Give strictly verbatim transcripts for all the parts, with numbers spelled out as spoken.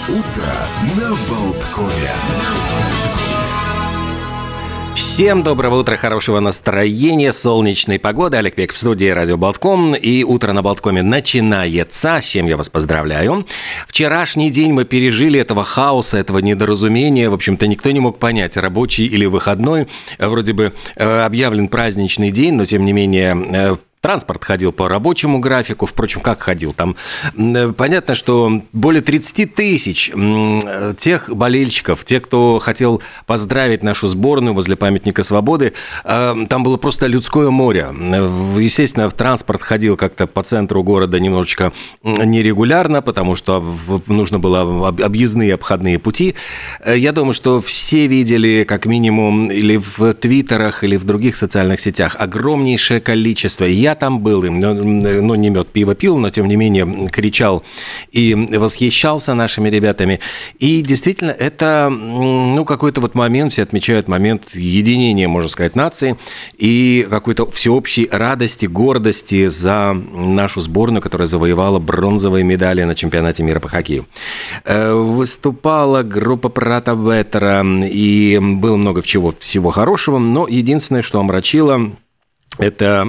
Утро на Болткове. Всем доброго утра, хорошего настроения, солнечной погоды. Олег Пек в студии «Радио Болтком». И утро на Болткоме начинается, с чем я вас поздравляю. Вчерашний день мы пережили этого хаоса, этого недоразумения. В общем-то, никто не мог понять, рабочий или выходной. Вроде бы объявлен праздничный день, но тем не менее... Транспорт ходил по рабочему графику. Впрочем, как ходил? Там понятно, что более тридцать тысяч тех болельщиков, тех, кто хотел поздравить нашу сборную возле памятника Свободы, там было просто людское море. Естественно, транспорт ходил как-то по центру города немножечко нерегулярно, потому что нужно было объездные, обходные пути. Я думаю, что все видели, как минимум, или в твиттерах, или в других социальных сетях огромнейшее количество. Я там был, ну, не мед, пиво пил, но, тем не менее, кричал и восхищался нашими ребятами. И действительно, это, ну, какой-то вот момент, все отмечают момент единения, можно сказать, нации и какой-то всеобщей радости, гордости за нашу сборную, которая завоевала бронзовые медали на чемпионате мира по хоккею. Выступала группа Прата Беттера, и было много чего, всего хорошего, но единственное, что омрачило... Это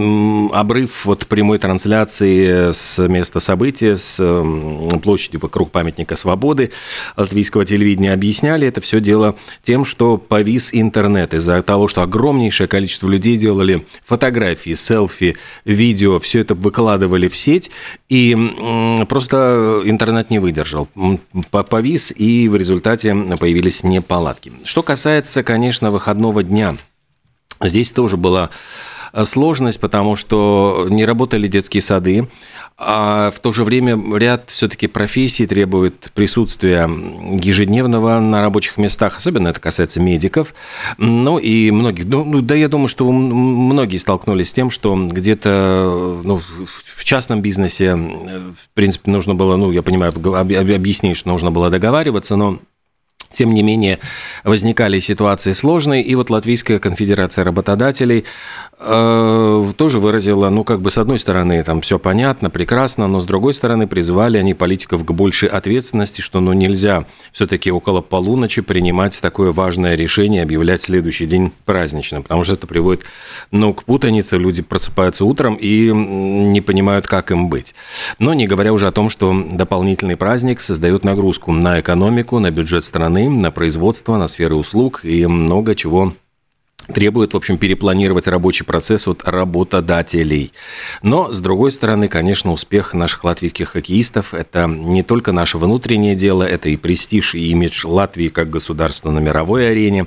обрыв вот прямой трансляции с места события, с площади вокруг памятника Свободы латвийского телевидения. Объясняли это все дело тем, что повис интернет. Из-за того, что огромнейшее количество людей делали фотографии, селфи, видео, все это выкладывали в сеть, и просто интернет не выдержал. Повис, и в результате появились неполадки. Что касается, конечно, выходного дня, здесь тоже была сложность, потому что не работали детские сады, а в то же время ряд все-таки профессий требует присутствия ежедневного на рабочих местах, особенно это касается медиков, ну и многих, ну, да, я думаю, что многие столкнулись с тем, что где-то, ну, в частном бизнесе, в принципе, нужно было, ну, я понимаю, объяснить, что нужно было договариваться, но тем не менее, возникали ситуации сложные, и вот Латвийская конфедерация работодателей э, тоже выразила, ну, как бы, с одной стороны, там все понятно, прекрасно, но с другой стороны, призывали они политиков к большей ответственности, что, ну, нельзя все-таки около полуночи принимать такое важное решение, объявлять следующий день праздничным, потому что это приводит, ну, к путанице, люди просыпаются утром и не понимают, как им быть. Но не говоря уже о том, что дополнительный праздник создает нагрузку на экономику, на бюджет страны, на производство, на сферы услуг и много чего требует, в общем, перепланировать рабочий процесс от работодателей. Но, с другой стороны, конечно, успех наших латвийских хоккеистов – это не только наше внутреннее дело, это и престиж, и имидж Латвии как государства на мировой арене.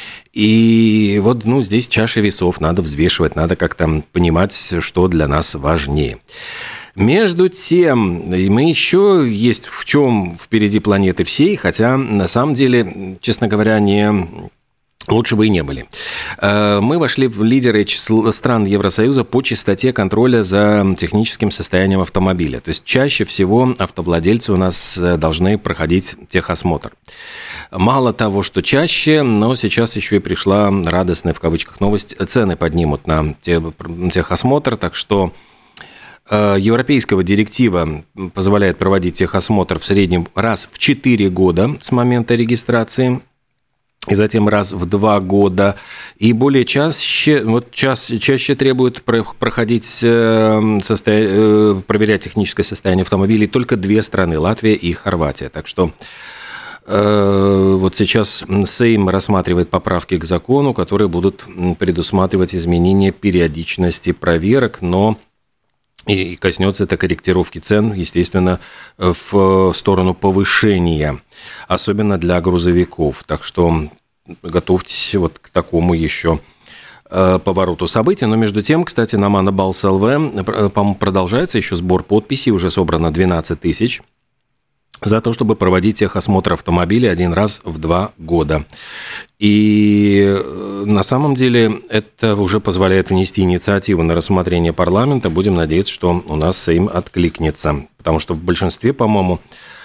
И вот, ну, здесь чаши весов надо взвешивать, надо как-то понимать, что для нас важнее. Между тем, мы еще есть в чем впереди планеты всей, хотя на самом деле, честно говоря, не... лучше бы и не были. Мы вошли в лидеры стран Евросоюза по частоте контроля за техническим состоянием автомобиля. То есть чаще всего автовладельцы у нас должны проходить техосмотр. Мало того, что чаще, но сейчас еще и пришла радостная в кавычках новость, цены поднимут на техосмотр, так что... Европейская директива позволяет проводить техосмотр в среднем раз в четыре года с момента регистрации, и затем раз в два года. И более чаще, вот час, чаще требует проходить, состоя... проверять техническое состояние автомобилей только две страны – Латвия и Хорватия. Так что вот сейчас Сейм рассматривает поправки к закону, которые будут предусматривать изменение периодичности проверок, но... И коснется это корректировки цен, естественно, в сторону повышения, особенно для грузовиков. Так что готовьтесь вот к такому еще повороту событий. Но между тем, кстати, на Манабалс точка эл ви, по-моему, продолжается еще сбор подписей, уже собрано двенадцать тысяч. За то, чтобы проводить техосмотр автомобиля один раз в два года. И на самом деле это уже позволяет внести инициативу на рассмотрение парламента. Будем надеяться, что у нас Сейм откликнется. Потому что в большинстве, по-моему,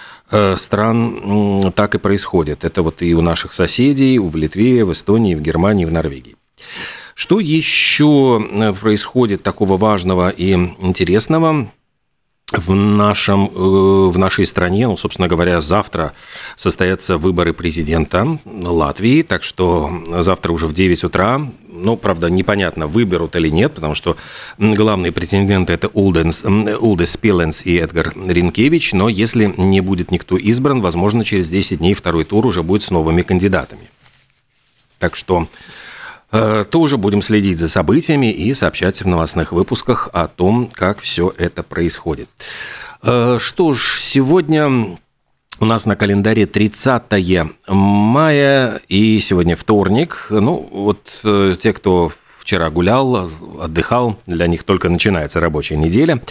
стран так и происходит. Это вот и у наших соседей, в Литве, в Эстонии, в Германии, в Норвегии. Что еще происходит такого важного и интересного? В, нашем, в нашей стране, ну, собственно говоря, завтра состоятся выборы президента Латвии, так что завтра уже в девять утра, ну, правда, непонятно, выберут или нет, потому что главные претенденты – это Улденс, Улдис Пиленс и Эдгар Ринкевич, но если не будет никто избран, возможно, через десять дней второй тур уже будет с новыми кандидатами. Так что тоже будем следить за событиями и сообщать в новостных выпусках о том, как все это происходит. Что ж, сегодня у нас на календаре тридцатое мая, и сегодня вторник. Ну, вот те, кто вчера гулял, отдыхал, для них только начинается рабочая неделя.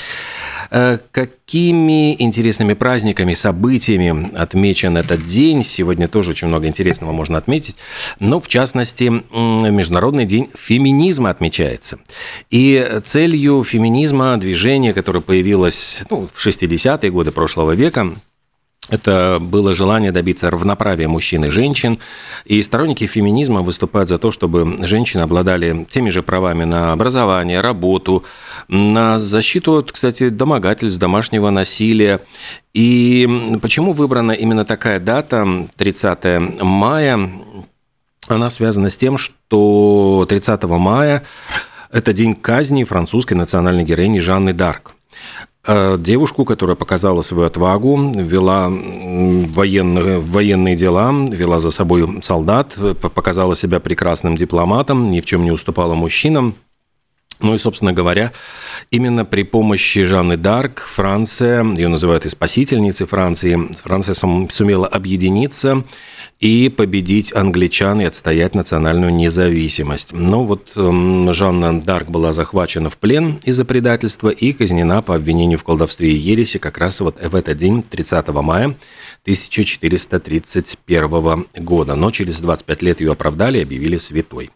Какими интересными праздниками, событиями отмечен этот день? Сегодня тоже очень много интересного можно отметить. Но, в частности, Международный день феминизма отмечается. И целью феминизма, движения, которое появилось ну, в шестидесятые годы прошлого века, это было желание добиться равноправия мужчин и женщин, и сторонники феминизма выступают за то, чтобы женщины обладали теми же правами на образование, работу, на защиту, кстати, домогательств, домашнего насилия. И почему выбрана именно такая дата, тридцатое мая? Она связана с тем, что тридцатого мая – это день казни французской национальной героини Жанны д'Арк. Девушку, которая показала свою отвагу, вела военные, военные дела, вела за собой солдат, показала себя прекрасным дипломатом, ни в чем не уступала мужчинам. Ну и, собственно говоря, именно при помощи Жанны д'Арк Франция, ее называют и спасительницей Франции, Франция сумела объединиться и победить англичан и отстоять национальную независимость. Но вот Жанна д'Арк была захвачена в плен из-за предательства и казнена по обвинению в колдовстве и ереси как раз вот в этот день, тридцатого мая тысяча четыреста тридцать первого года. Но через двадцать пять лет ее оправдали и объявили святой.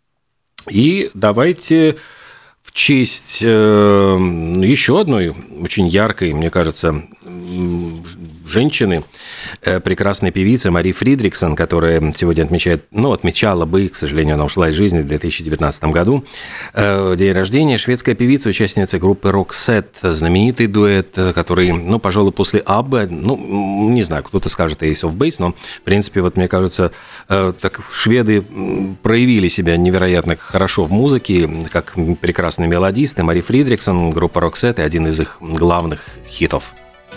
И давайте в честь э, еще одной очень яркой, мне кажется, женщины, э, прекрасной певицы Мари Фридриксон, которая сегодня отмечает, ну, отмечала бы, к сожалению, она ушла из жизни в две тысячи девятнадцатом году, э, день рождения. Шведская певица, участница группы Roxette, знаменитый дуэт, который, ну, пожалуй, после Аббы, ну, не знаю, кто-то скажет Ace of Base, но, в принципе, вот мне кажется, э, так шведы проявили себя невероятно хорошо в музыке, как прекрасные мелодисты. Мари Фридриксон, группа Roxette, и один из их главных хитов.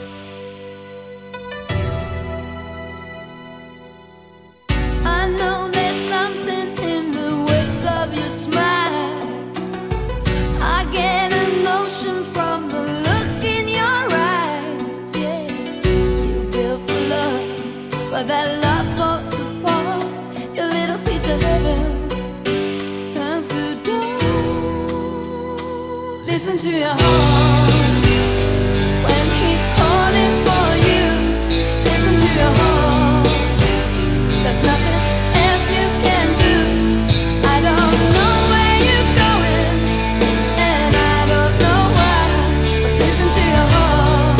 Listen to your heart when he's calling for you. Listen to your heart. There's nothing else you can do. I don't know where you're going, and I don't know why. But listen to your heart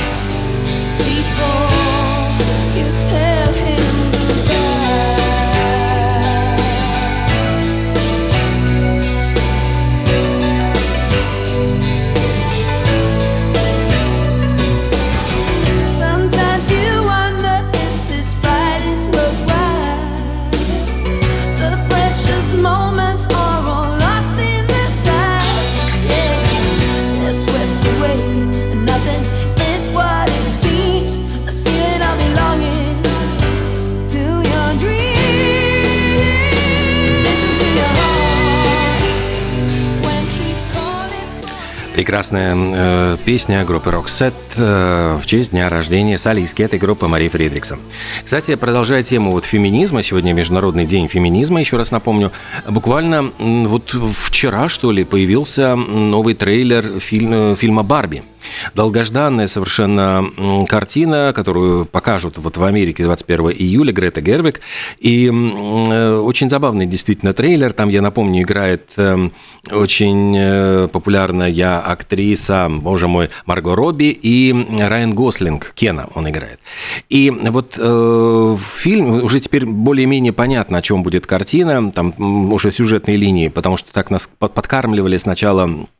before you tell him Прекрасная э, песня группы Roxette э, в честь дня рождения солистки этой группы Мари Фридриксон. Кстати, продолжая тему вот феминизма, сегодня Международный день феминизма, еще раз напомню, буквально вот вчера, что ли, появился новый трейлер фильм, фильма «Барби». Долгожданная совершенно картина, которую покажут вот в Америке двадцать первого июля, Грета Гервиг. И очень забавный действительно трейлер. Там, я напомню, играет очень популярная актриса, боже мой, Марго Робби и Райан Гослинг, Кена он играет. И вот э, фильм, уже теперь более-менее понятно, о чем будет картина, там уже сюжетные линии, потому что так нас подкармливали сначала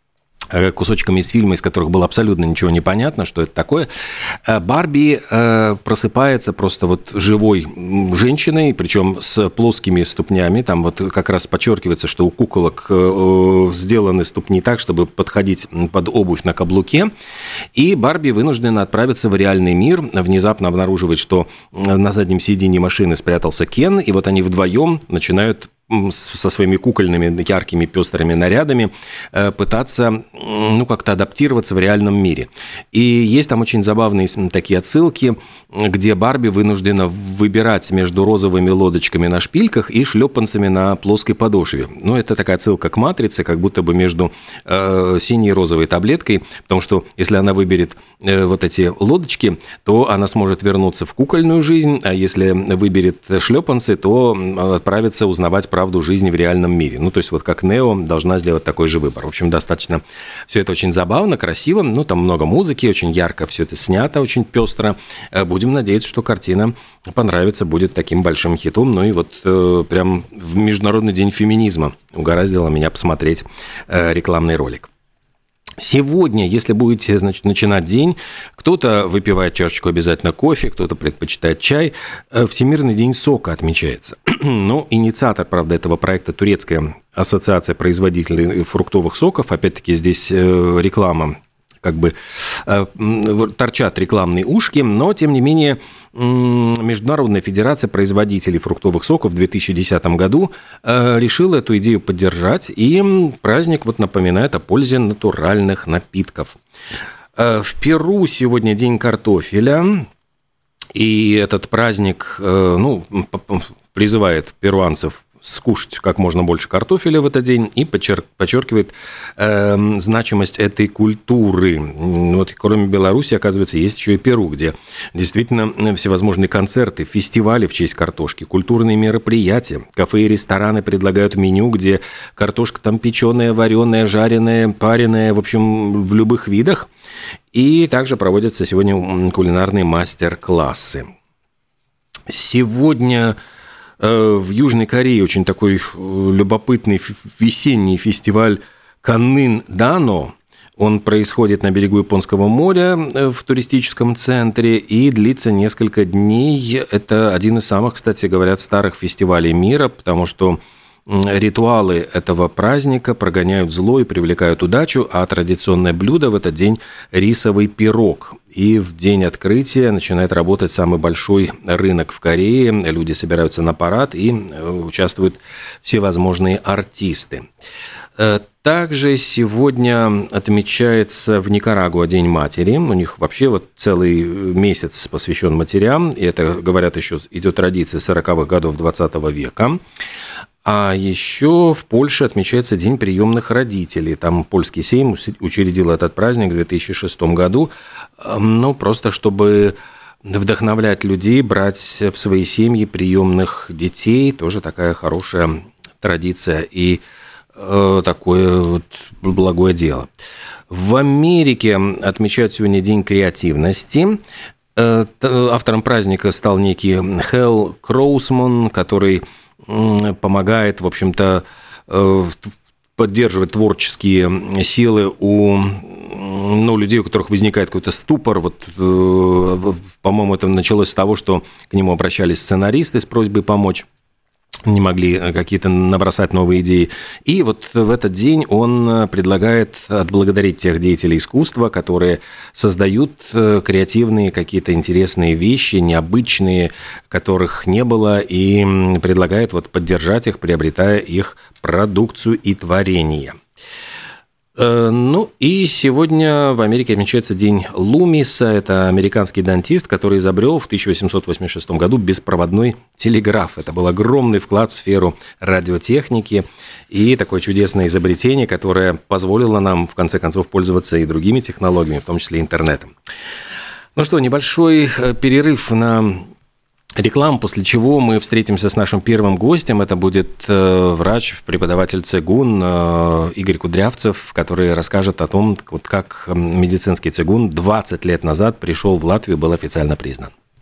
кусочками из фильма, из которых было абсолютно ничего не понятно, что это такое. Барби просыпается просто вот живой женщиной, причем с плоскими ступнями. Там вот как раз подчеркивается, что у куколок сделаны ступни так, чтобы подходить под обувь на каблуке. И Барби вынуждена отправиться в реальный мир. Внезапно обнаруживает, что на заднем сиденье машины спрятался Кен, и вот они вдвоем начинают со своими кукольными яркими пестрыми нарядами пытаться, ну, как-то адаптироваться в реальном мире. И есть там очень забавные такие отсылки, где Барби вынуждена выбирать между розовыми лодочками на шпильках и шлепанцами на плоской подошве. Ну, это такая отсылка к «Матрице», как будто бы между э, синей и розовой таблеткой, потому что если она выберет э, вот эти лодочки, то она сможет вернуться в кукольную жизнь, а если выберет шлепанцы, то отправится узнавать правду жизни в реальном мире. Ну, то есть вот как Нео должна сделать такой же выбор. В общем, достаточно все это очень забавно, красиво. Ну, там много музыки, очень ярко все это снято, очень пестро. Будем надеяться, что картина понравится, будет таким большим хитом. Ну и вот э, прям в Международный день феминизма угораздило меня посмотреть э, рекламный ролик. Сегодня, если будете, значит, начинать день, кто-то выпивает чашечку обязательно кофе, кто-то предпочитает чай. Всемирный день сока отмечается. Но инициатор, правда, этого проекта турецкая ассоциация производителей фруктовых соков. Опять-таки здесь реклама, как бы торчат рекламные ушки, но, тем не менее, Международная федерация производителей фруктовых соков в две тысячи десятом году решила эту идею поддержать, и праздник вот напоминает о пользе натуральных напитков. В Перу сегодня день картофеля, и этот праздник, ну, призывает перуанцев скушать как можно больше картофеля в этот день и подчеркивает э, значимость этой культуры. Вот кроме Беларуси, оказывается, есть еще и Перу, где действительно всевозможные концерты, фестивали в честь картошки, культурные мероприятия, кафе и рестораны предлагают меню, где картошка там печеная, вареная, жареная, пареная, в общем, в любых видах. И также проводятся сегодня кулинарные мастер-классы. Сегодня в Южной Корее очень такой любопытный весенний фестиваль Каннын Дано. Он происходит на берегу Японского моря в туристическом центре и длится несколько дней. Это один из самых, кстати, говорят, старых фестивалей мира, потому что ритуалы этого праздника прогоняют зло и привлекают удачу, а традиционное блюдо в этот день – рисовый пирог. И в день открытия начинает работать самый большой рынок в Корее. Люди собираются на парад и участвуют всевозможные артисты. Также сегодня отмечается в Никарагуа День матери. У них вообще вот целый месяц посвящен матерям. И это, говорят, еще идет традиция сороковых годов двадцатого века. А еще в Польше отмечается День приемных родителей. Там польский сейм учредил этот праздник в две тысячи шестом году, ну, просто чтобы вдохновлять людей брать в свои семьи приемных детей. Тоже такая хорошая традиция и э, такое вот благое дело. В Америке отмечают сегодня День креативности. Автором праздника стал некий Хэл Кроусман, который помогает, в общем-то, поддерживать творческие силы у, ну, людей, у которых возникает какой-то ступор. Вот, по-моему, это началось с того, что к нему обращались сценаристы с просьбой помочь. Не могли какие-то набросать новые идеи. И вот в этот день он предлагает отблагодарить тех деятелей искусства, которые создают креативные какие-то интересные вещи, необычные, которых не было, и предлагает вот поддержать их, приобретая их продукцию и творение. Ну и сегодня в Америке отмечается День Лумиса. Это американский дантист, который изобрел в тысяча восемьсот восемьдесят шестом году беспроводной телеграф. Это был огромный вклад в сферу радиотехники и такое чудесное изобретение, которое позволило нам, в конце концов, пользоваться и другими технологиями, в том числе интернетом. Ну что, небольшой перерыв на рекламу, после чего мы встретимся с нашим первым гостем. Это будет врач, преподаватель цигун Игорь Кудрявцев, который расскажет о том, вот как медицинский цигун двадцать лет назад пришел в Латвию, был официально признан.